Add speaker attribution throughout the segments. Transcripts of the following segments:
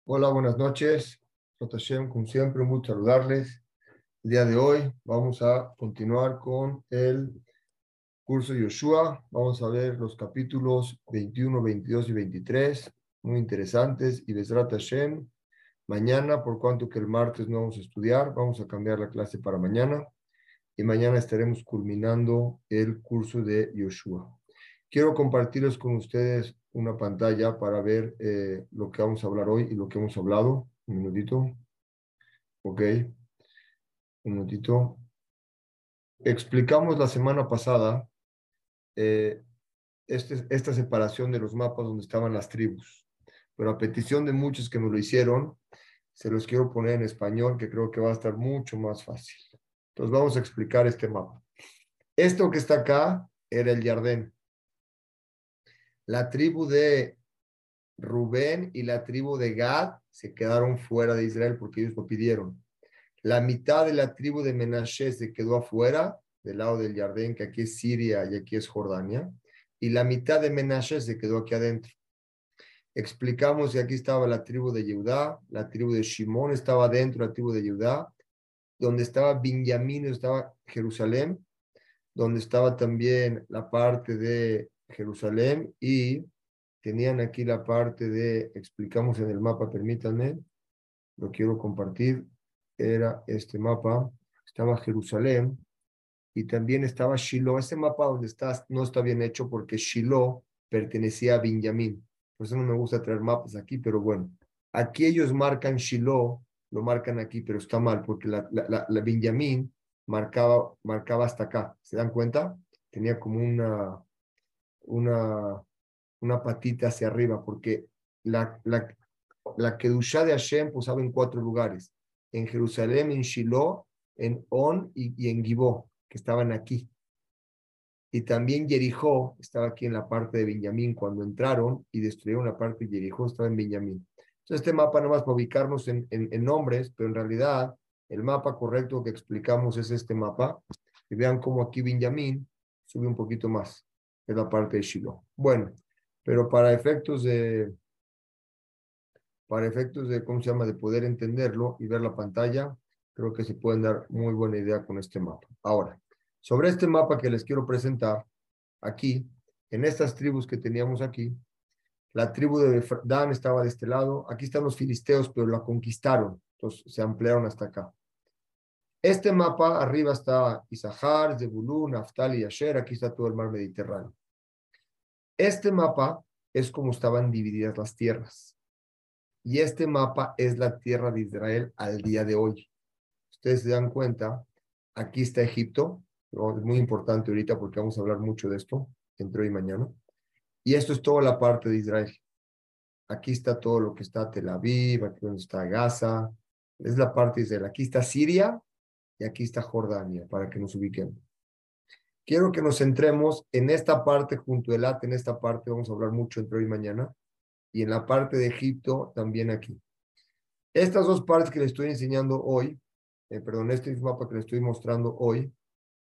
Speaker 1: Hola, buenas noches. Rota Hashem, como siempre, un gusto saludarles. El día de hoy vamos a continuar con el curso de Yoshua. Vamos a ver los capítulos 21, 22 y 23, muy interesantes. Y Besrat Hashem, mañana, por cuanto que el martes no vamos a estudiar, vamos a cambiar la clase para mañana. Y mañana estaremos culminando el curso de Yoshua. Quiero compartirles con ustedes una pantalla para ver lo que vamos a hablar hoy y lo que hemos hablado. Un minutito. Ok, un minutito. Explicamos la semana pasada eh, esta separación de los mapas donde estaban las tribus. Pero a petición de muchos que me lo hicieron, se los quiero poner en español, que creo que va a estar mucho más fácil. Entonces vamos a explicar este mapa. Esto que está acá era el Jardín. La tribu de Rubén y la tribu de Gad se quedaron fuera de Israel porque ellos lo pidieron. La mitad de la tribu de Menashe se quedó afuera, del lado del Jardín, que aquí es Siria y aquí es Jordania, y la mitad de Menashe se quedó aquí adentro. Explicamos que aquí estaba la tribu de Judá, la tribu de Shimón estaba dentro, la tribu de Judá, donde estaba Benjamín, estaba Jerusalén, donde estaba también la parte de Jerusalén y tenían aquí la parte de, explicamos en el mapa, permítanme, lo quiero compartir, era este mapa, estaba Jerusalén y también estaba Shiloh. Ese mapa donde estás no está bien hecho porque Shiloh pertenecía a Benjamín. Por eso no me gusta traer mapas aquí, pero bueno, aquí ellos marcan Shiloh, lo marcan aquí, pero está mal porque la Benjamín marcaba hasta acá. ¿Se dan cuenta? Tenía como una, una patita hacia arriba, porque la Kedushá de Hashem posaba en 4 lugares: en Jerusalén, en Shiloh, en On y en Gibó, que estaban aquí. Y también Jericó estaba aquí en la parte de Benjamín. Cuando entraron y destruyeron la parte de Jericó, estaba en Benjamín. Entonces, este mapa, nomás para ubicarnos en nombres, pero en realidad el mapa correcto que explicamos es este mapa. Y vean cómo aquí Benjamín sube un poquito más, es la parte de Shiloh. Bueno, pero para efectos de, ¿cómo se llama?, de poder entenderlo y ver la pantalla, creo que se pueden dar muy buena idea con este mapa. Ahora, sobre este mapa que les quiero presentar, aquí, en estas tribus que teníamos aquí, la tribu de Dan estaba de este lado, aquí están los filisteos, pero la conquistaron, entonces se ampliaron hasta acá. Este mapa, arriba está Isahar, Zebulún, Naftali y Asher, aquí está todo el mar Mediterráneo. Este mapa es como estaban divididas las tierras. Y este mapa es la tierra de Israel al día de hoy. Ustedes se dan cuenta, aquí está Egipto, ¿no? Es muy importante ahorita porque vamos a hablar mucho de esto entre hoy y mañana. Y esto es toda la parte de Israel. Aquí está todo lo que está Tel Aviv, aquí donde está Gaza, es la parte de Israel. Aquí está Siria y aquí está Jordania, para que nos ubiquemos. Quiero que nos centremos en esta parte junto al At, en esta parte vamos a hablar mucho entre hoy y mañana, y en la parte de Egipto también aquí. Estas dos partes que les estoy enseñando hoy, perdón, este mapa que les estoy mostrando hoy,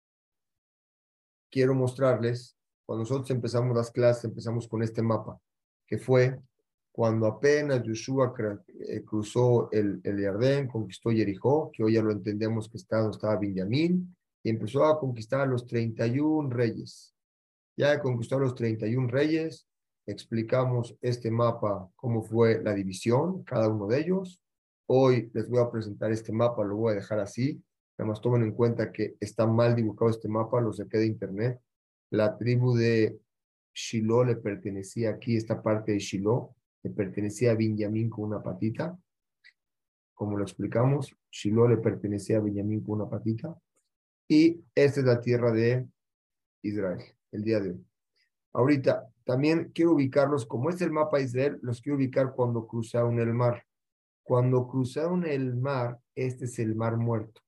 Speaker 1: quiero mostrarles, cuando nosotros empezamos las clases, empezamos con este mapa, que fue cuando apenas Yoshua cruzó el Jardín, conquistó Jericó, que hoy ya lo entendemos que estaba Benjamín, y empezó a conquistar a los 31 reyes. Ya conquistó a los 31 reyes, explicamos este mapa, cómo fue la división, cada uno de ellos. Hoy les voy a presentar este mapa, lo voy a dejar así. Además, tomen en cuenta que está mal dibujado este mapa, lo saqué de internet. La tribu de Shiloh le pertenecía aquí, esta parte de Shiloh, le pertenecía a Benjamín con una patita. Como lo explicamos, Shiloh le pertenecía a Benjamín con una patita. Y esta es la tierra de Israel, el día de hoy. Ahorita, también quiero ubicarlos, como es el mapa de Israel, los quiero ubicar cuando cruzaron el mar. Cuando cruzaron el mar, este es el mar muerto.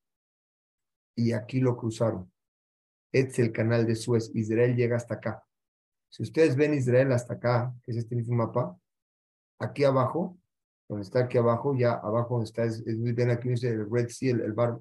Speaker 1: Y aquí lo cruzaron. Este es el canal de Suez. Israel llega hasta acá. Si ustedes ven Israel hasta acá, que es este mismo mapa, aquí abajo, donde está aquí abajo, ya abajo donde está, ven aquí dice el Red Sea,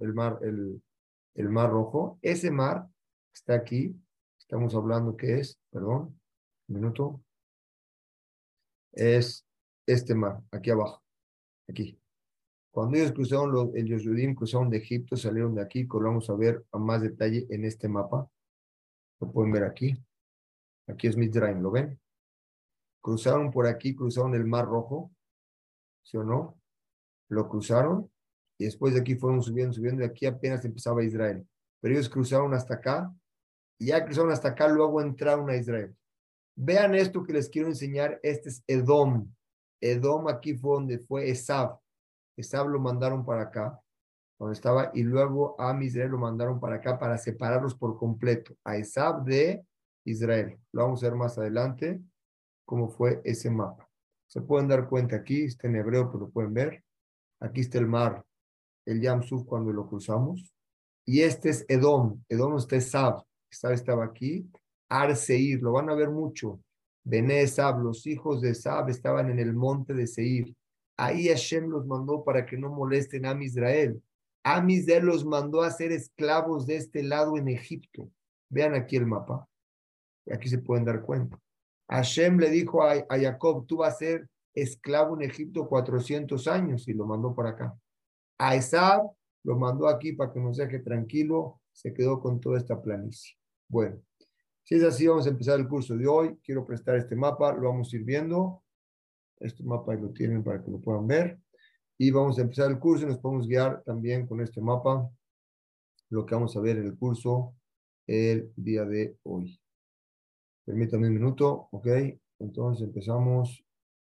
Speaker 1: el mar rojo. Ese mar está aquí. Estamos hablando que es, perdón, un minuto, es este mar, aquí abajo. Aquí. Cuando ellos cruzaron, el Yosudim cruzaron de Egipto, salieron de aquí, que lo vamos a ver a más detalle en este mapa. Lo pueden ver aquí. Aquí es Mitzrayim, ¿lo ven? Cruzaron por aquí, cruzaron el Mar Rojo, ¿sí o no? Lo cruzaron y después de aquí fueron subiendo, subiendo, y aquí apenas empezaba Israel. Pero ellos cruzaron hasta acá, y ya cruzaron hasta acá, luego entraron a Israel. Vean esto que les quiero enseñar. Este es Edom. Edom aquí fue donde fue Esab. Esab lo mandaron para acá, donde estaba, y luego a Israel lo mandaron para acá para separarlos por completo. A Esab de Israel. Lo vamos a ver más adelante cómo fue ese mapa. Se pueden dar cuenta aquí, está en hebreo, pero lo pueden ver. Aquí está el mar, el Yam Suf cuando lo cruzamos. Y este es Edom. Edom está Esab. Esab estaba aquí. Ar-Seir, lo van a ver mucho. Bené Esab, los hijos de Esab estaban en el monte de Seir. Ahí Hashem los mandó para que no molesten a Israel. A Israel los mandó a ser esclavos de este lado en Egipto. Vean aquí el mapa. Aquí se pueden dar cuenta. Hashem le dijo a Jacob, tú vas a ser esclavo en Egipto 400 años y lo mandó para acá. A Esab lo mandó aquí para que nos deje tranquilo, se quedó con toda esta planicie. Bueno, si es así, vamos a empezar el curso de hoy. Quiero prestar este mapa, lo vamos a ir viendo. Este mapa ahí lo tienen para que lo puedan ver. Y vamos a empezar el curso y nos podemos guiar también con este mapa, lo que vamos a ver en el curso el día de hoy. Permítanme un minuto, ok. Entonces empezamos.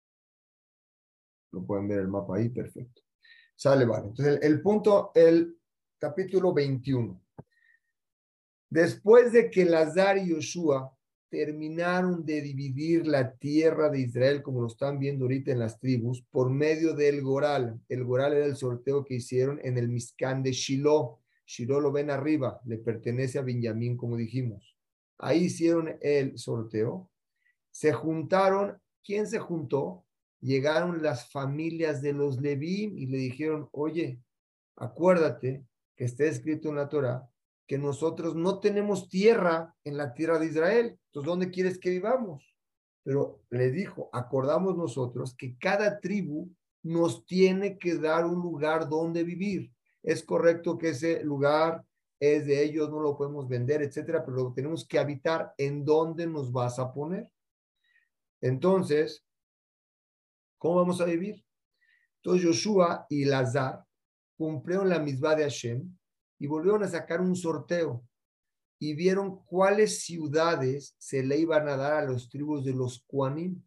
Speaker 1: Lo pueden ver el mapa ahí, perfecto. Sale, vale. Entonces, el punto, el capítulo 21. Después de que Lazar y Yoshua terminaron de dividir la tierra de Israel, como lo están viendo ahorita en las tribus, por medio del Goral. El Goral era el sorteo que hicieron en el Mizcán de Shiloh. Shiloh lo ven arriba, le pertenece a Benjamín, como dijimos. Ahí hicieron el sorteo. Se juntaron. ¿Quién se juntó? Llegaron las familias de los Leví y le dijeron, oye, acuérdate que está escrito en la Torah que nosotros no tenemos tierra en la tierra de Israel. Entonces, ¿dónde quieres que vivamos? Pero le dijo, acordamos nosotros que cada tribu nos tiene que dar un lugar donde vivir. Es correcto que ese lugar es de ellos, no lo podemos vender, etcétera, pero tenemos que habitar. ¿En dónde nos vas a poner? Entonces, ¿cómo vamos a vivir? Entonces Yoshua y Lazar cumplieron la misma de Hashem y volvieron a sacar un sorteo y vieron cuáles ciudades se le iban a dar a los tribus de los Cuanim.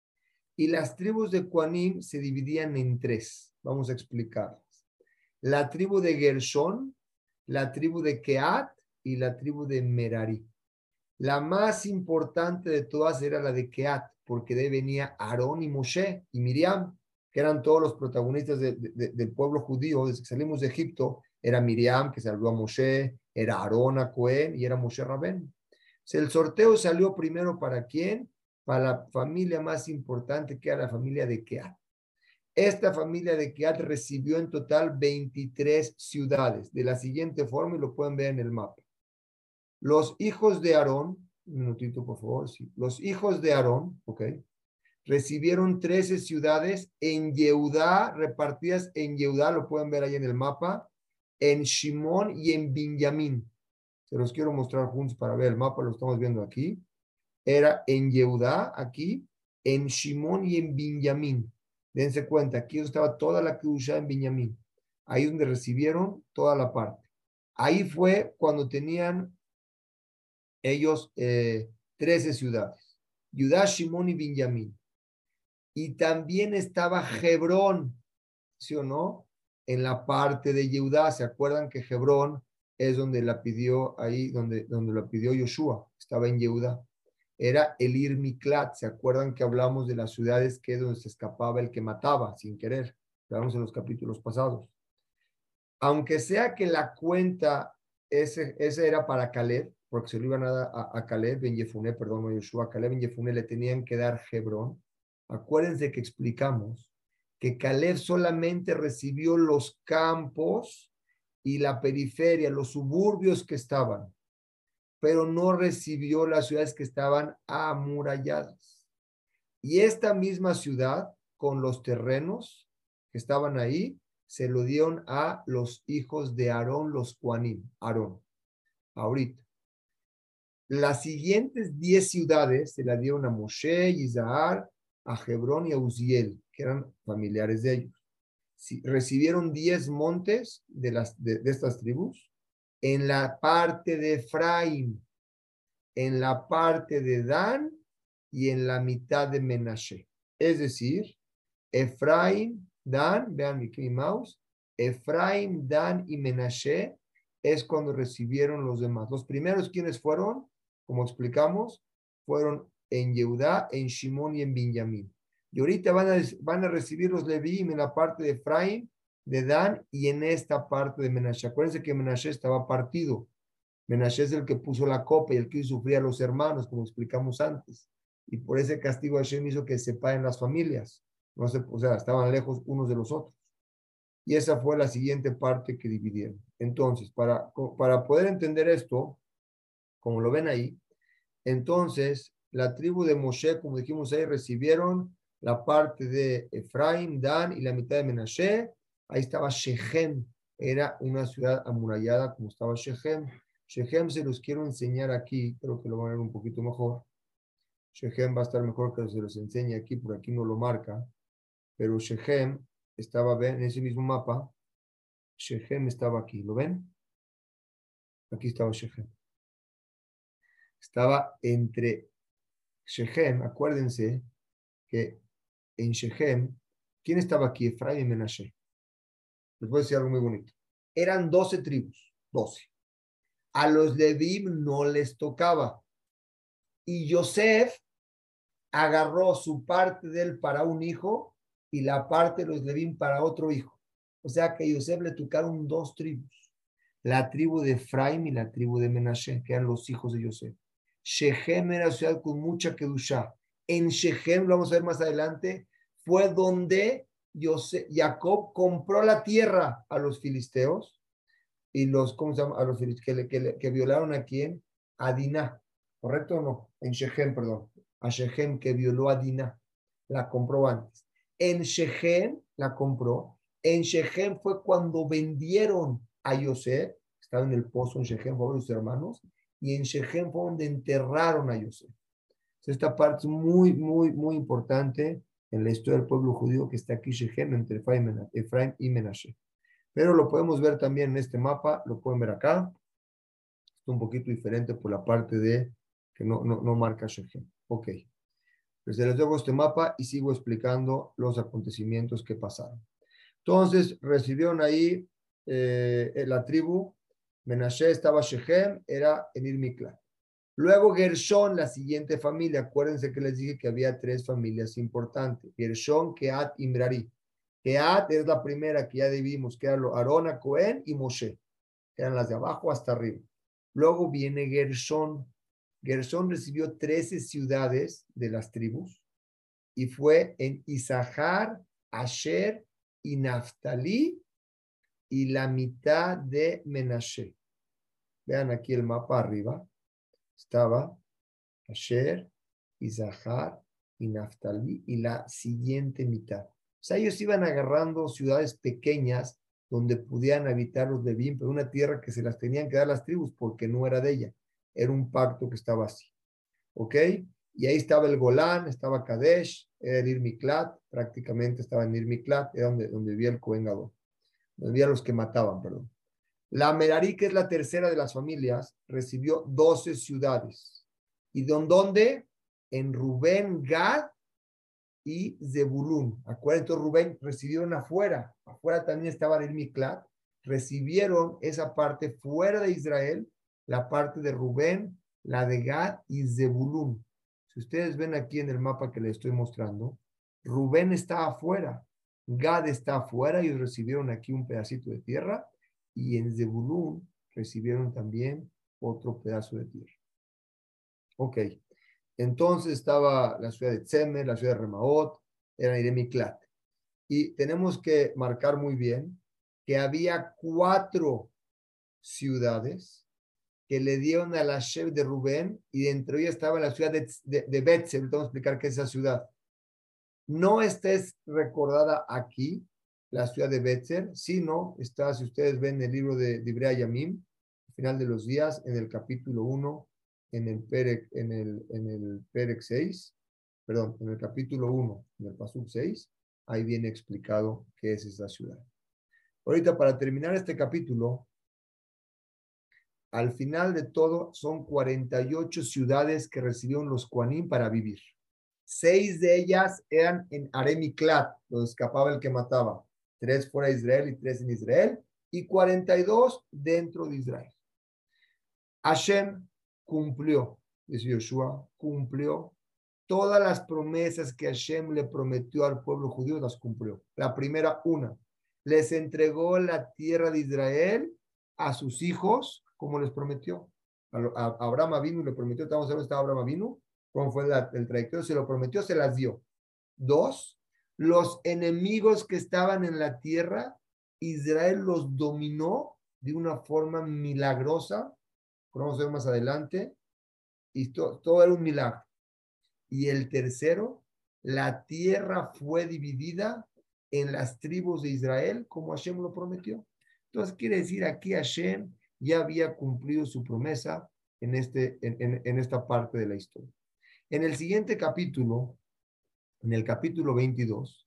Speaker 1: Y las tribus de Cuanim se dividían en tres. Vamos a explicarlas. La tribu de Gershón, la tribu de Keat y la tribu de Merari. La más importante de todas era la de Keat, porque de ahí venía Aarón y Moshe y Miriam, que eran todos los protagonistas del pueblo judío. Desde que salimos de Egipto, era Miriam que salvó a Moshe, era Aarón a Cohen y era Moshe Rabén. El sorteo salió primero ¿para quién? Para la familia más importante, que era la familia de Keat. Esta familia de Keat recibió en total 23 ciudades, de la siguiente forma, y lo pueden ver en el mapa. Los hijos de Aarón, un minutito por favor, sí. Los hijos de Aarón, ok, recibieron 13 ciudades en Yehudá, repartidas en Yehudá, lo pueden ver ahí en el mapa, en Shimón y en Binyamin. Se los quiero mostrar juntos para ver el mapa, lo estamos viendo aquí. Era en Yehudá, aquí, en Shimón y en Binyamin. Dense cuenta, aquí estaba toda la Kedushá en Binyamin. Ahí es donde recibieron toda la parte. Ahí fue cuando tenían ellos 13 ciudades, Judá, Shimón y Binyamin. Y también estaba Hebrón, ¿sí o no? En la parte de Judá. ¿Se acuerdan que Hebrón es donde la pidió ahí, donde la pidió Yoshua? Estaba en Judá. Era el Ir Miklat. ¿Se acuerdan que hablamos de las ciudades que es donde se escapaba el que mataba sin querer? Hablamos en los capítulos pasados. Aunque sea que la cuenta, ese era para Caleb, porque se lo iban a dar a Caleb Ben Yefuné, perdón, a Yoshua, a Caleb Ben Yefuné le tenían que dar Hebrón. Acuérdense que explicamos que Caleb solamente recibió los campos y la periferia, los suburbios que estaban, pero no recibió las ciudades que estaban amuralladas. Y esta misma ciudad, con los terrenos, que estaban ahí, se lo dieron a los hijos de Aarón, los Kohanim. Aarón, ahorita. Las siguientes 10 ciudades se las dieron a Moshe, Isahar, a Hebrón y a Uziel, que eran familiares de ellos. Recibieron 10 montes de estas tribus en la parte de Efraín, en la parte de Dan y en la mitad de Menashe. Es decir, Efraín, Dan, vean Mickey Mouse, Efraín, Dan y Menashe es cuando recibieron los demás. Los primeros, ¿quiénes fueron? Como explicamos, fueron en Yehudá, en Shimón y en Binyamin. Y ahorita van a recibir los Levíim en la parte de Efraín, de Dan y en esta parte de Menashe. Acuérdense que Menashe estaba partido. Menashe es el que puso la copa y el que sufría a los hermanos, como explicamos antes. Y por ese castigo Hashem hizo que se separen las familias. No se, o sea, estaban lejos unos de los otros. Y esa fue la siguiente parte que dividieron. Entonces, para poder entender esto, como lo ven ahí, entonces la tribu de Moshe, como dijimos ahí, recibieron la parte de Efraín, Dan y la mitad de Menashe. Ahí estaba Shechem, era una ciudad amurallada como estaba Shechem. Shechem se los quiero enseñar aquí, creo que lo van a ver un poquito mejor. Shechem va a estar mejor que se los enseñe aquí, por aquí no lo marca, pero Shechem estaba en ese mismo mapa. Shechem estaba aquí, ¿lo ven? Aquí estaba Shechem. Estaba entre Shechem, acuérdense que en Shechem, ¿quién estaba aquí? Efraín y Menashe. Les voy a decir algo muy bonito. Eran 12 tribus, 12. A los Levíim no les tocaba. Y Yosef agarró su parte de él para un hijo y la parte de los Levíim para otro hijo. O sea que a Yosef le tocaron 2 tribus. La tribu de Efraín y la tribu de Menashe, que eran los hijos de Yosef. Shechem era ciudad con mucha kedushá. En Shechem, lo vamos a ver más adelante, fue donde Jacob compró la tierra a los filisteos y los, ¿cómo se llama? A los filisteos que violaron a quién? A Diná, ¿correcto o no? En Shechem, perdón. A Shechem que violó a Diná, la compró antes. En Shechem la compró. En Shechem fue cuando vendieron a Yosef, estaba en el pozo en Shechem, fueron sus hermanos, y en Shechem fue donde enterraron a Yosef. Esta parte es muy, muy, muy importante en la historia del pueblo judío que está aquí Shechem entre Efraín y Menashe. Pero lo podemos ver también en este mapa, lo pueden ver acá. Está un poquito diferente por la parte de que no marca Shechem. Ok. Pues les dejo este mapa y sigo explicando los acontecimientos que pasaron. Entonces, recibieron ahí la tribu. Menashe estaba Shechem, era Enir Miklat. Luego Gershón, la siguiente familia. Acuérdense que les dije que había 3 familias importantes. Gershón, Kehat y Merari. Kehat es la primera que ya vimos, que eran Aarón, Cohen y Moshe, que eran las de abajo hasta arriba. Luego viene Gershón. Gershón recibió 13 ciudades de las tribus y fue en Isahar, Asher y Naftali y la mitad de Menashe. Vean aquí el mapa arriba. Estaba Asher, Isahar y Naftali y la siguiente mitad. O sea, ellos iban agarrando ciudades pequeñas donde pudieran habitar los Levín, pero una tierra que se las tenían que dar las tribus porque no era de ella. Era un pacto que estaba así. ¿Ok? Y ahí estaba el Golán, estaba Kadesh, era Nir Miklat, prácticamente estaba en Nir Miklat, era donde vivía el Cohen Gadol, donde vivía los que mataban, perdón. La Merari, que es la tercera de las familias, recibió 12 ciudades. ¿Y dónde? En Rubén, Gad y Zebulún. Acuérdense, Rubén recibieron afuera. Afuera también estaba el Miklat. Recibieron esa parte fuera de Israel, la parte de Rubén, la de Gad y Zebulún. Si ustedes ven aquí en el mapa que les estoy mostrando, Rubén está afuera, Gad está afuera, ellos recibieron aquí un pedacito de tierra y en Zebulún recibieron también otro pedazo de tierra. Ok, entonces estaba la ciudad de Tzemer, la ciudad de Remaot, era Iremiklat. Y tenemos que marcar muy bien que había 4 ciudades que le dieron a la Shev de Rubén y dentro de ella estaba la ciudad de Betzel. Vamos a explicar qué es esa ciudad. No está recordada aquí, la ciudad de Betzer, sino está, si ustedes ven el libro de Divrei Yamim, al final de los días, en el capítulo 1, en el Perec 6, perdón, en el capítulo 1, en el Pasuk 6, ahí viene explicado qué es esa ciudad. Ahorita, para terminar este capítulo, al final de todo, son 48 ciudades que recibieron los Kohanim para vivir. 6 de ellas eran en Aremiklat, donde escapaba el que mataba. 3 fuera de Israel y 3 en Israel, y 42 dentro de Israel. Hashem cumplió, dice Yoshua, cumplió todas las promesas que Hashem le prometió al pueblo judío, las cumplió. La primera, les entregó la tierra de Israel a sus hijos, como les prometió. A Abraham Avinu le prometió, estamos a ver dónde estaba Abraham Avinu, cómo fue el trayectorio, se lo prometió, se las dio. 2, los enemigos que estaban en la tierra, Israel los dominó de una forma milagrosa, vamos a ver más adelante, y todo era un milagro. Y el tercero, la tierra fue dividida en las tribus de Israel, como Hashem lo prometió. Entonces quiere decir, aquí Hashem ya había cumplido su promesa en esta parte de la historia. En el siguiente capítulo, en el capítulo 22,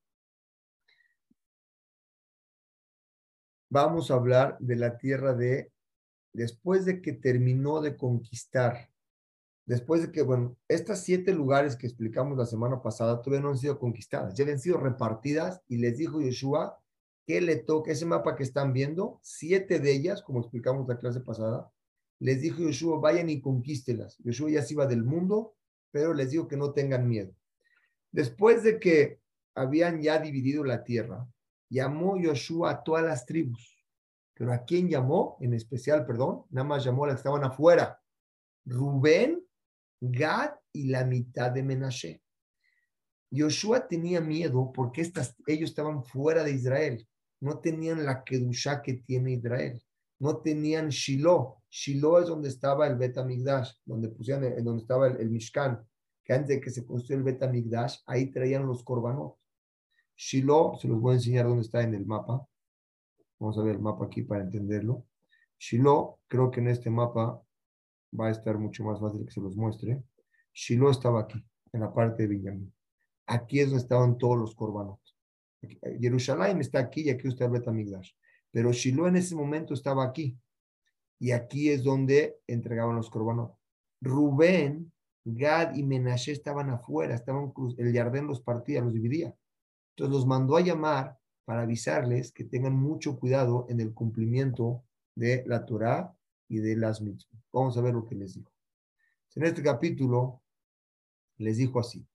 Speaker 1: vamos a hablar de la tierra después de que terminó de conquistar, después de que, bueno, estas 7 lugares que explicamos la semana pasada todavía no han sido conquistadas, ya habían sido repartidas, y les dijo Yoshua que le toca ese mapa que están viendo, 7 de ellas, como explicamos la clase pasada, les dijo Yoshua, vayan y conquístelas. Yoshua ya se iba del mundo, pero les dijo que no tengan miedo. Después de que habían ya dividido la tierra, llamó Yoshua a todas las tribus. Pero ¿a quién llamó? En especial, perdón, nada más llamó a las que estaban afuera. Rubén, Gad y la mitad de Menashe. Yoshua tenía miedo porque ellos estaban fuera de Israel. No tenían la Kedushá que tiene Israel. No tenían Shiloh. Shiloh es donde estaba el Bet HaMikdash, donde estaba el Mishkan, que antes de que se construyó el Bet HaMikdash, ahí traían los korbanot. Shiloh, se los voy a enseñar dónde está en el mapa. Vamos a ver el mapa aquí para entenderlo. Shiloh, creo que en este mapa va a estar mucho más fácil que se los muestre. Shiloh estaba aquí, en la parte de Benjamín. Aquí es donde estaban todos los korbanot. Jerusalén está aquí y aquí está el Bet HaMikdash. Pero Shiloh en ese momento estaba aquí. Y aquí es donde entregaban los korbanot. Rubén, Gad y Menashe estaban afuera, el Jardín los partía, los dividía. Entonces los mandó a llamar para avisarles que tengan mucho cuidado en el cumplimiento de la Torá y de las mitzvot. Vamos a ver lo que les dijo. En este capítulo les dijo así.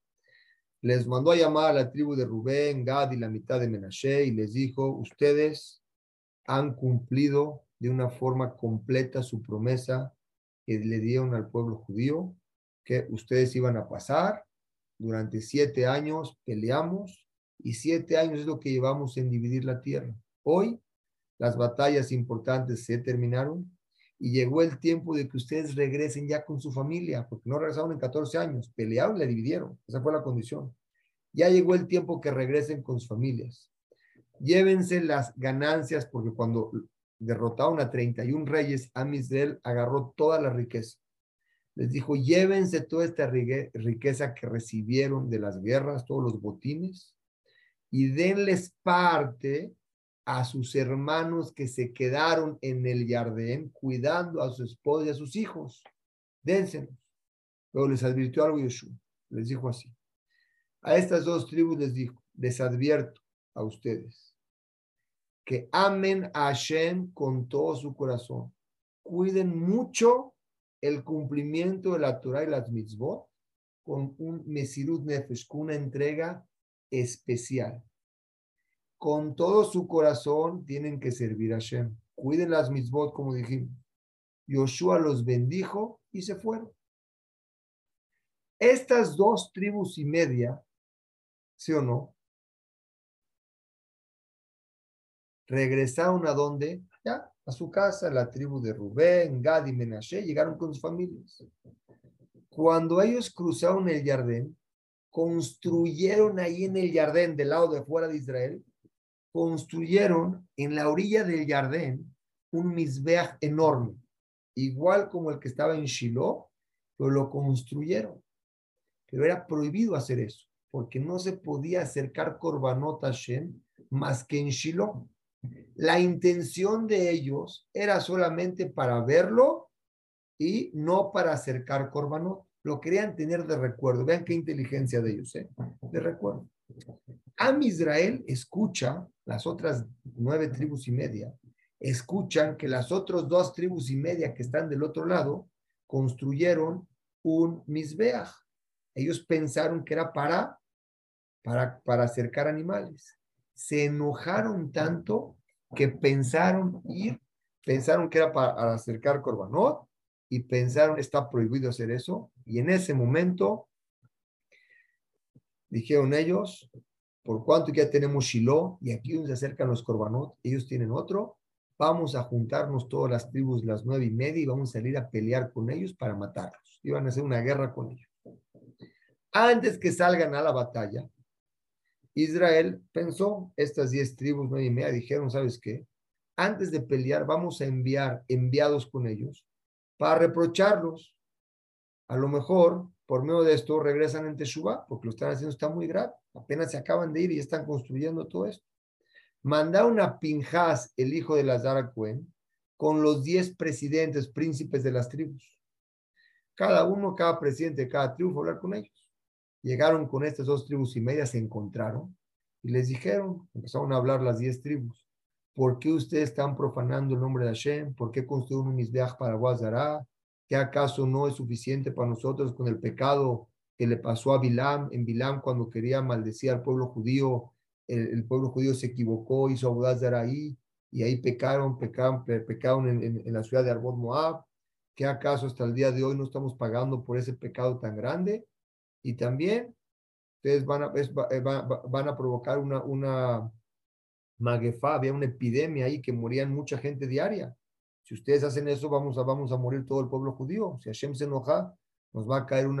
Speaker 1: Les mandó a llamar a la tribu de Rubén, Gad y la mitad de Menashe y les dijo, ustedes han cumplido de una forma completa su promesa que le dieron al pueblo judío, que ustedes iban a pasar durante 7 años, peleamos, y 7 años es lo que llevamos en dividir la tierra. Hoy las batallas importantes se terminaron y llegó el tiempo de que ustedes regresen ya con su familia, porque no regresaron en 14 años, pelearon y la dividieron, esa fue la condición. Ya llegó el tiempo que regresen con sus familias. Llévense las ganancias, porque cuando derrotaron a 31 reyes, Am Israel agarró toda la riqueza. Les dijo, llévense toda esta riqueza que recibieron de las guerras, todos los botines, y denles parte a sus hermanos que se quedaron en el Jardín cuidando a su esposa y a sus hijos. Dénselos. Pero les advirtió algo Yoshua. Les dijo así. A estas 2 tribus les dijo, les advierto a ustedes que amen a Hashem con todo su corazón. Cuiden mucho el cumplimiento de la Torah y las mitzvot con un mesirut nefesh, con una entrega especial. Con todo su corazón tienen que servir a Hashem. Cuiden las mitzvot, como dijimos. Yoshua los bendijo y se fueron. Estas 2 tribus y media, ¿sí o no? Regresaron a dónde? Ya, a su casa, la tribu de Rubén, Gad y Menashe, llegaron con sus familias. Cuando ellos cruzaron el Jardín, construyeron ahí en el Jardín, del lado de fuera de Israel, construyeron en la orilla del Jardín un Mizbeach enorme, igual como el que estaba en Shiloh, pero lo construyeron. Pero era prohibido hacer eso, porque no se podía acercar Korbanot Hashem más que en Shiloh. La intención de ellos era solamente para verlo y no para acercar Korbanot. Lo querían tener de recuerdo. Vean qué inteligencia de ellos, de recuerdo. Am Israel escucha, las otras 9 tribus y media, escuchan que las otras 2 tribus y media que están del otro lado construyeron un Mizbeach. Ellos pensaron que era para acercar animales. Se enojaron tanto que pensaron que era para acercar Korbanot y pensaron está prohibido hacer eso. Y en ese momento dijeron ellos, por cuanto ya tenemos Shiloh y aquí donde se acercan los Korbanot, ellos tienen otro, vamos a juntarnos todas las tribus, las 9 y media, y vamos a salir a pelear con ellos para matarlos. Iban a hacer una guerra con ellos. Antes que salgan a la batalla, Israel pensó, estas 10 tribus, 9 y media, dijeron, ¿sabes qué? Antes de pelear, vamos a enviar enviados con ellos para reprocharlos. A lo mejor, por medio de esto, regresan en Teshuvá, porque lo están haciendo, está muy grave. Apenas se acaban de ir y están construyendo todo esto. Mandaron a Pinhas, el hijo de Lazar Cohen, con los 10 presidentes, príncipes de las tribus. Cada presidente de cada tribu fue a hablar con ellos. Llegaron con estas 2 tribus y media, se encontraron y les dijeron, empezaron a hablar las 10 tribus, ¿por qué ustedes están profanando el nombre de Hashem? ¿Por qué construyen un Mizbeach para Guazará? ¿Qué acaso no es suficiente para nosotros con el pecado que le pasó a Bilam? En Bilam, cuando quería maldecir al pueblo judío, el pueblo judío se equivocó, hizo Abodazara ahí, y ahí pecaron en la ciudad de Arbot Moab. ¿Qué acaso hasta el día de hoy no estamos pagando por ese pecado tan grande? Y también ustedes van a provocar una maguefá, había una epidemia ahí que morían mucha gente diaria. Si ustedes hacen eso, vamos a morir todo el pueblo judío. Si Hashem se enoja, nos va a caer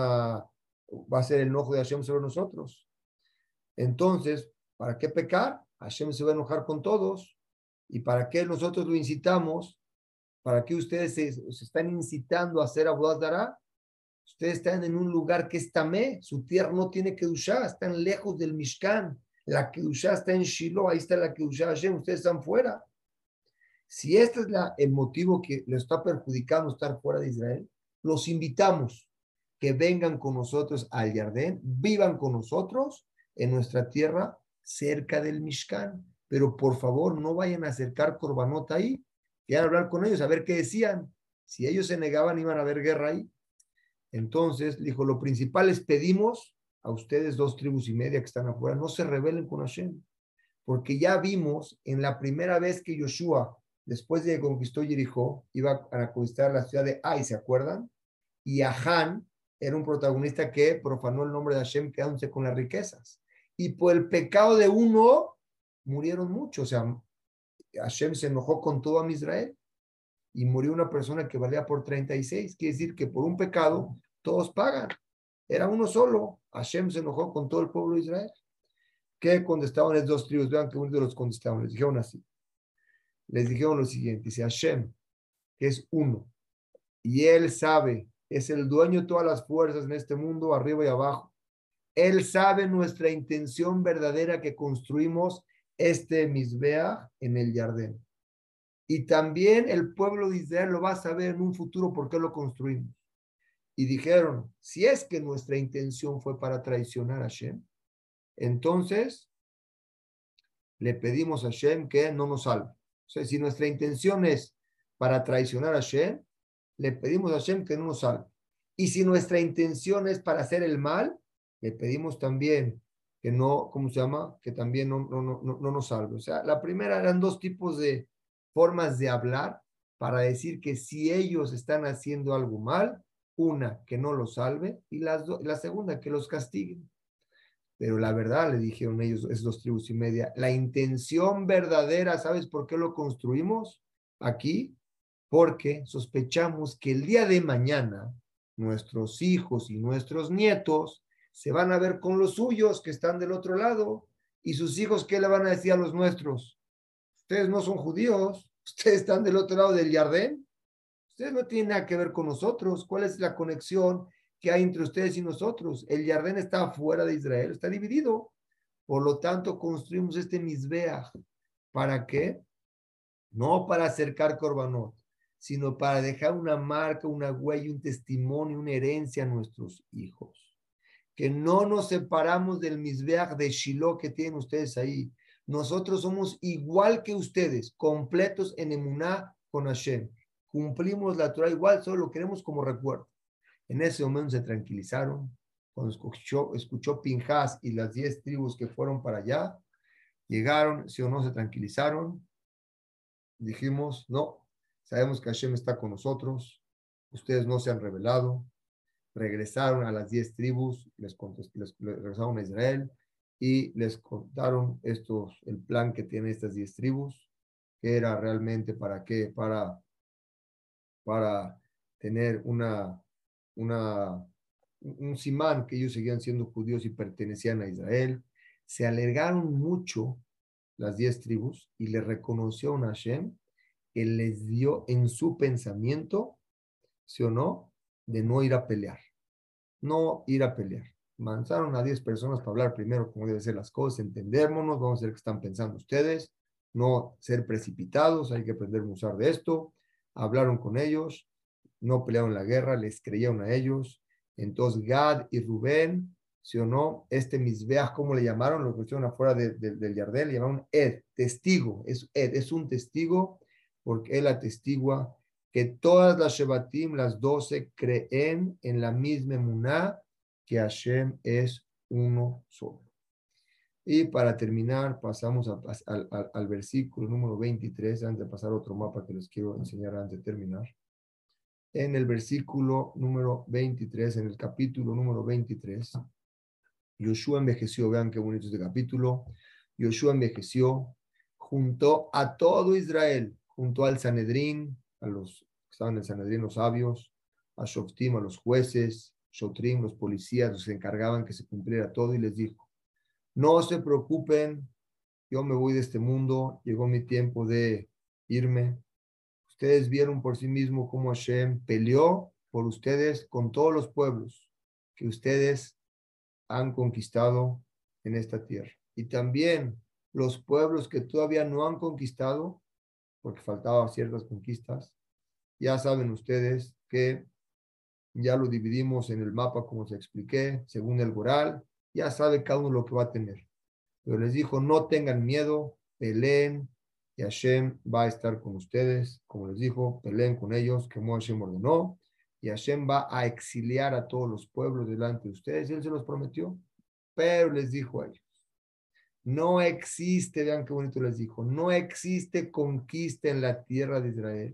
Speaker 1: va a ser el enojo de Hashem sobre nosotros. Entonces, ¿para qué pecar? Hashem se va a enojar con todos. ¿Y para qué nosotros lo incitamos? ¿Para qué ustedes se están incitando a hacer Avodat Zará? Ustedes están en un lugar que es Tamé, su tierra no tiene Kedushá, están lejos del Mishkan. La Kedushá está en Shiloh, ahí está la Kedushá Hashem, ustedes están fuera. Si este es el motivo que les está perjudicando estar fuera de Israel, los invitamos que vengan con nosotros al Jardín, vivan con nosotros en nuestra tierra cerca del Mishkan. Pero por favor, no vayan a acercar Korbanot ahí. Querían hablar con ellos, a ver qué decían. Si ellos se negaban, iban a haber guerra ahí. Entonces, dijo, lo principal es pedimos a ustedes 2 tribus y media que están afuera, no se rebelen con Hashem, porque ya vimos en la primera vez que Yoshua, después de que conquistó Jericó, iba a conquistar la ciudad de Ai, ¿se acuerdan? Y Ahán era un protagonista que profanó el nombre de Hashem quedándose con las riquezas. Y por el pecado de uno, murieron muchos. O sea, Hashem se enojó con todo a Israel y murió una persona que valía por 36. Quiere decir que por un pecado todos pagan. Era uno solo. Hashem se enojó con todo el pueblo de Israel. ¿Qué contestaban las 2 tribus? Vean qué bonito los contestaban. Les dijeron así. Les dijeron lo siguiente. Dice Hashem, que es uno. Y él sabe, es el dueño de todas las fuerzas en este mundo, arriba y abajo. Él sabe nuestra intención verdadera que construimos este Mizbeach en el Jardín. Y también el pueblo de Israel lo va a saber en un futuro por qué lo construimos. Y dijeron, si es que nuestra intención fue para traicionar a Hashem, entonces le pedimos a Hashem que no nos salve. O sea, si nuestra intención es para traicionar a Hashem, le pedimos a Hashem que no nos salve. Y si nuestra intención es para hacer el mal, le pedimos también que no, ¿cómo se llama? Que también no nos salve. O sea, la primera eran 2 tipos de formas de hablar para decir que si ellos están haciendo algo mal, una, que no los salve, y la segunda, que los castiguen. Pero la verdad, le dijeron ellos, es 2 tribus y media, la intención verdadera, ¿sabes por qué lo construimos aquí? Porque sospechamos que el día de mañana nuestros hijos y nuestros nietos se van a ver con los suyos que están del otro lado ¿Y sus hijos qué le van a decir a los nuestros? Ustedes no son judíos, ustedes están del otro lado del Jardín, ustedes no tienen nada que ver con nosotros. ¿Cuál es la conexión que hay entre ustedes y nosotros? El Jardín está fuera de Israel, está dividido. Por lo tanto, construimos este Mizbeach. ¿Para qué? No para acercar Corbanot, sino para dejar una marca, una huella, un testimonio, una herencia a nuestros hijos. Que no nos separamos del Mizbeach de Shiloh que tienen ustedes ahí. Nosotros somos igual que ustedes, completos en emuná con Hashem. Cumplimos la Torah igual, solo lo queremos como recuerdo. En ese momento se tranquilizaron. Cuando escuchó Pinhas y las 10 tribus que fueron para allá, llegaron, sí o no, se tranquilizaron. Dijimos, no, sabemos que Hashem está con nosotros, ustedes no se han rebelado. Regresaron a las 10 tribus, les regresaron a Israel y les contaron el plan que tienen estas 10 tribus, que era realmente para qué, para tener un simán que ellos seguían siendo judíos y pertenecían a Israel. Se alegraron mucho las 10 tribus y le reconoció a Hashem que les dio en su pensamiento, ¿sí o no?, de no ir a pelear. No ir a pelear. Mandaron a 10 personas para hablar primero cómo deben ser las cosas, entendémonos, vamos a ver qué están pensando ustedes, no ser precipitados, hay que aprender a usar de esto. Hablaron con ellos, no pelearon la guerra, les creyeron a ellos. Entonces Gad y Rubén, ¿sí o no? Mizbeach, ¿cómo le llamaron? Lo pusieron afuera del Yardén, le llamaron Ed, testigo, es un testigo, porque él atestigua que todas las Shevatim, las 12, creen en la misma emuná, que Hashem es uno solo. Y para terminar, pasamos al versículo número 23, antes de pasar a otro mapa que les quiero enseñar antes de terminar. En el versículo número 23, en el capítulo número 23, Yoshua envejeció, vean qué bonito este capítulo. Yoshua envejeció, juntó a todo Israel, juntó al Sanedrín, a los que estaban en el Sanedrín, los sabios, a Shoftim, a los jueces, Shotrim, los policías, los que se encargaban que se cumpliera todo, y les dijo: no se preocupen, yo me voy de este mundo, llegó mi tiempo de irme. Ustedes vieron por sí mismos cómo Hashem peleó por ustedes con todos los pueblos que ustedes han conquistado en esta tierra. Y también los pueblos que todavía no han conquistado, porque faltaban ciertas conquistas, ya saben ustedes que ya lo dividimos en el mapa, como se expliqué, según el Goral, ya sabe cada uno lo que va a tener. Pero les dijo, no tengan miedo, peleen, y Hashem va a estar con ustedes. Como les dijo, peleen con ellos, como Hashem ordenó, y Hashem va a exiliar a todos los pueblos delante de ustedes, y él se los prometió. Pero les dijo a ellos, no existe, vean qué bonito les dijo, no existe conquista en la tierra de Israel,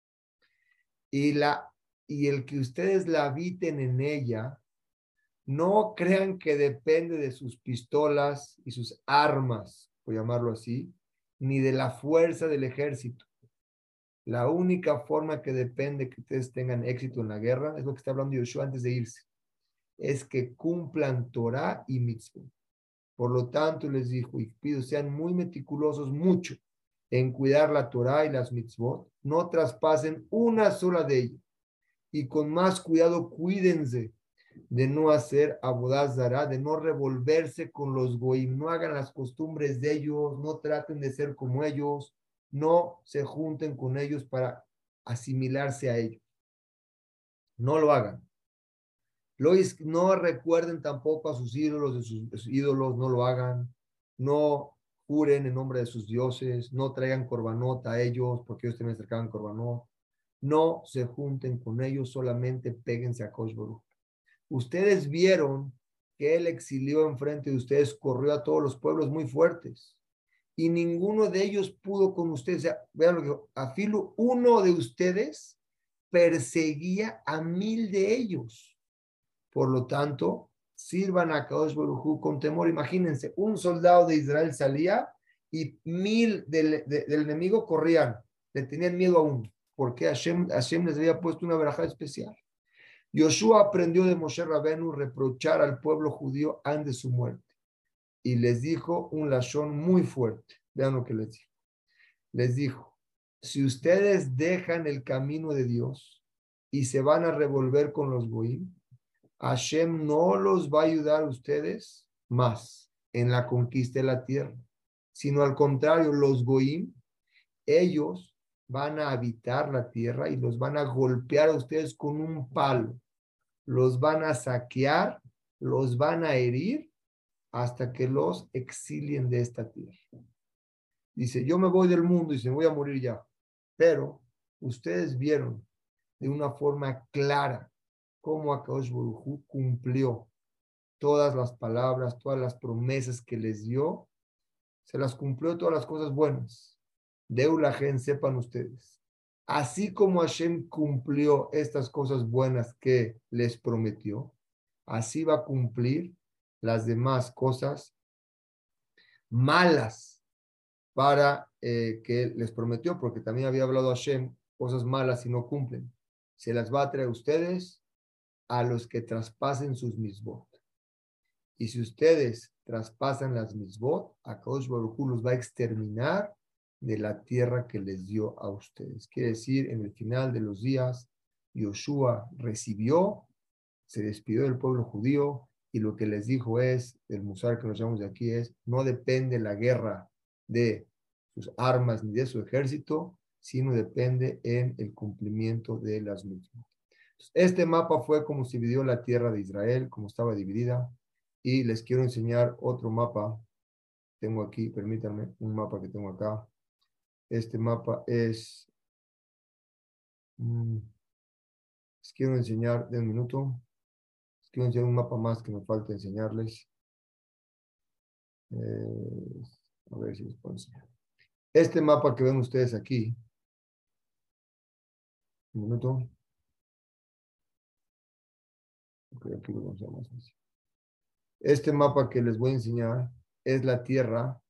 Speaker 1: y el que ustedes la habiten en ella, no crean que depende de sus pistolas y sus armas, por llamarlo así, ni de la fuerza del ejército. La única forma que depende que ustedes tengan éxito en la guerra, es lo que está hablando Yoshua antes de irse, es que cumplan Torah y mitzvot. Por lo tanto, les dijo, y pido, sean muy meticulosos, mucho, en cuidar la Torah y las mitzvot, no traspasen una sola de ellas, y con más cuidado cuídense de no hacer abodá zará, de no revolverse con los goim, no hagan las costumbres de ellos, no traten de ser como ellos, no se junten con ellos para asimilarse a ellos. No lo hagan. No recuerden tampoco a sus ídolos, de sus ídolos, no lo hagan. No juren en nombre de sus dioses, no traigan corbanot a ellos, porque ellos también acercaban corbanot. No se junten con ellos, solamente péguense a Kosh Baruj. Ustedes vieron que él exilió enfrente de ustedes, corrió a todos los pueblos muy fuertes, y ninguno de ellos pudo con ustedes. O sea, vean lo que dijo, afilo, uno de ustedes perseguía a 1000 de ellos. Por lo tanto, sirvan a Kadosh Baruj Hu con temor. Imagínense, un soldado de Israel salía y 1000 del enemigo corrían, le tenían miedo a uno, porque Hashem les había puesto una verajá especial. Yoshua aprendió de Moshe Rabenu reprochar al pueblo judío antes de su muerte. y les dijo un lashon muy fuerte. Vean lo que les dijo. Les dijo, si ustedes dejan el camino de Dios y se van a revolver con los goyim, Hashem no los va a ayudar a ustedes más en la conquista de la tierra, sino al contrario, los goyim, ellos van a habitar la tierra y los van a golpear a ustedes con un palo, los van a saquear, los van a herir hasta que los exilien de esta tierra. Dice, yo me voy del mundo y se me voy a morir ya, pero ustedes vieron de una forma clara cómo Akadosh Baruj Hu cumplió todas las palabras, todas las promesas que les dio, se las cumplió todas las cosas buenas. Deulagen, sepan ustedes. Así como Hashem cumplió estas cosas buenas que les prometió, así va a cumplir las demás cosas malas para que les prometió, porque también había hablado Hashem cosas malas y no cumplen. Se las va a traer a ustedes a los que traspasen sus misbot. Y si ustedes traspasan las misbot, Akadosh Baruj Hu los va a exterminar de la tierra que les dio a ustedes. Quiere decir, en el final de los días, Yoshua recibió, se despidió del pueblo judío y lo que les dijo es, el musar que nos llamamos de aquí es, no depende la guerra de sus armas ni de su ejército, sino depende en el cumplimiento de las mismas. Este mapa fue como se dividió la tierra de Israel, como estaba dividida. Y les quiero enseñar otro mapa. Tengo aquí, permítanme, un mapa que tengo acá. Este mapa es... les quiero enseñar, de un minuto. Les quiero enseñar un mapa más que me falta enseñarles. A ver si les puedo enseñar. Este mapa que ven ustedes aquí. Un minuto. Okay, aquí lo vamos a más fácil. Este mapa que les voy a enseñar es la tierra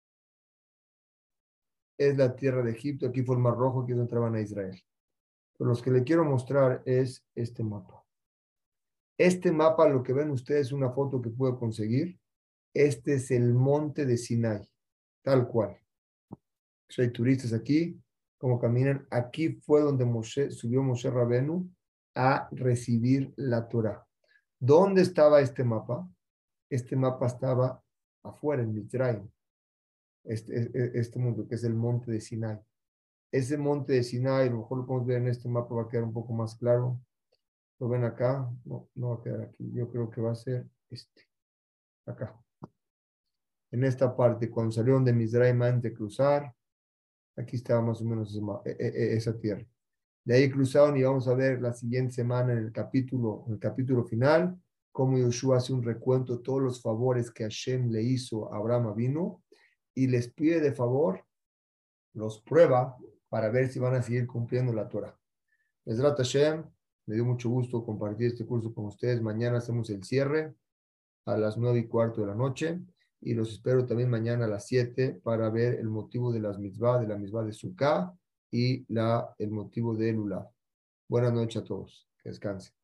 Speaker 1: de Egipto. Aquí fue el Mar Rojo, aquí es donde entraban a Israel. Pero los que le quiero mostrar es este mapa. Este mapa, lo que ven ustedes, es una foto que puedo conseguir. Este es el monte de Sinai, tal cual. Hay turistas aquí, como caminan. Aquí fue donde subió Moshe Rabenu a recibir la Torah. ¿Dónde estaba este mapa? Este mapa estaba afuera, en Mitzrayim. Este mundo, que es el monte de Sinai. Ese monte de Sinai, a lo mejor lo podemos ver en este mapa, va a quedar un poco más claro. ¿Lo ven acá? No, no va a quedar aquí. Yo creo que va a ser acá. En esta parte, cuando salieron de Mizraim antes de cruzar, aquí estaba más o menos esa tierra. De ahí cruzaron y vamos a ver la siguiente semana en el capítulo final, cómo Yoshua hace un recuento de todos los favores que Hashem le hizo a Abraham Avinu y les pide de favor, los prueba para ver si van a seguir cumpliendo la Torah. Bezrat Hashem, me dio mucho gusto compartir este curso con ustedes. Mañana hacemos el cierre a las 9:15 de la noche y los espero también mañana a las 7 para ver el motivo de la mitzvah de Sukkah y el motivo de Lulav. Buenas noches a todos. Que descansen.